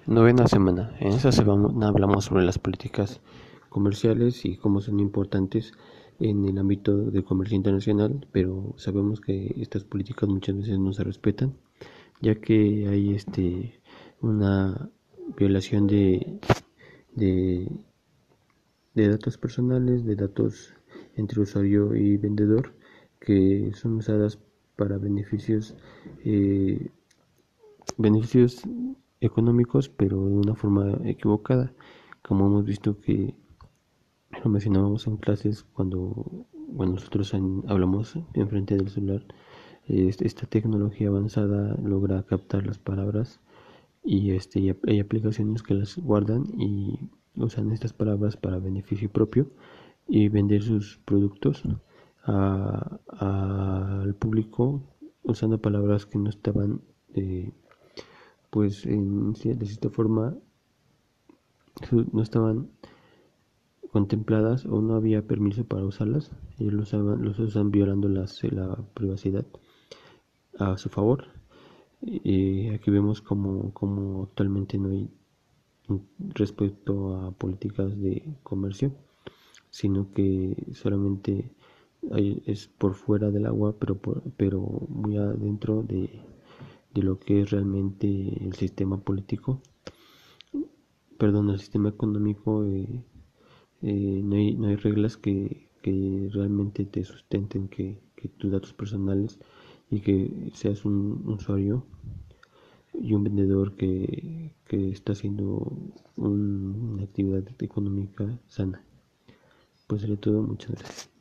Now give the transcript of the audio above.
Novena semana. En esta semana hablamos sobre las políticas comerciales y cómo son importantes en el ámbito de comercio internacional, pero sabemos que estas políticas muchas veces no se respetan, ya que hay una violación de, de datos personales, de datos entre usuario y vendedor, que son usadas para beneficios económicos, pero de una forma equivocada, como hemos visto que lo mencionábamos en clases cuando nosotros hablamos enfrente del celular. Esta tecnología avanzada logra captar las palabras y hay aplicaciones que las guardan y usan estas palabras para beneficio propio y vender sus productos al público usando palabras que no estaban pues de cierta forma no estaban contempladas o no había permiso para usarlas. Ellos los usan violando la privacidad a su favor. Y aquí vemos como actualmente no hay respecto a políticas de comercio, sino que solamente es por fuera del agua, pero muy adentro de lo que es realmente el sistema político, perdón, el sistema económico. No hay reglas que realmente te sustenten que tus datos personales y que seas un usuario y un vendedor que está haciendo una actividad económica sana. Pues sobre todo, muchas gracias.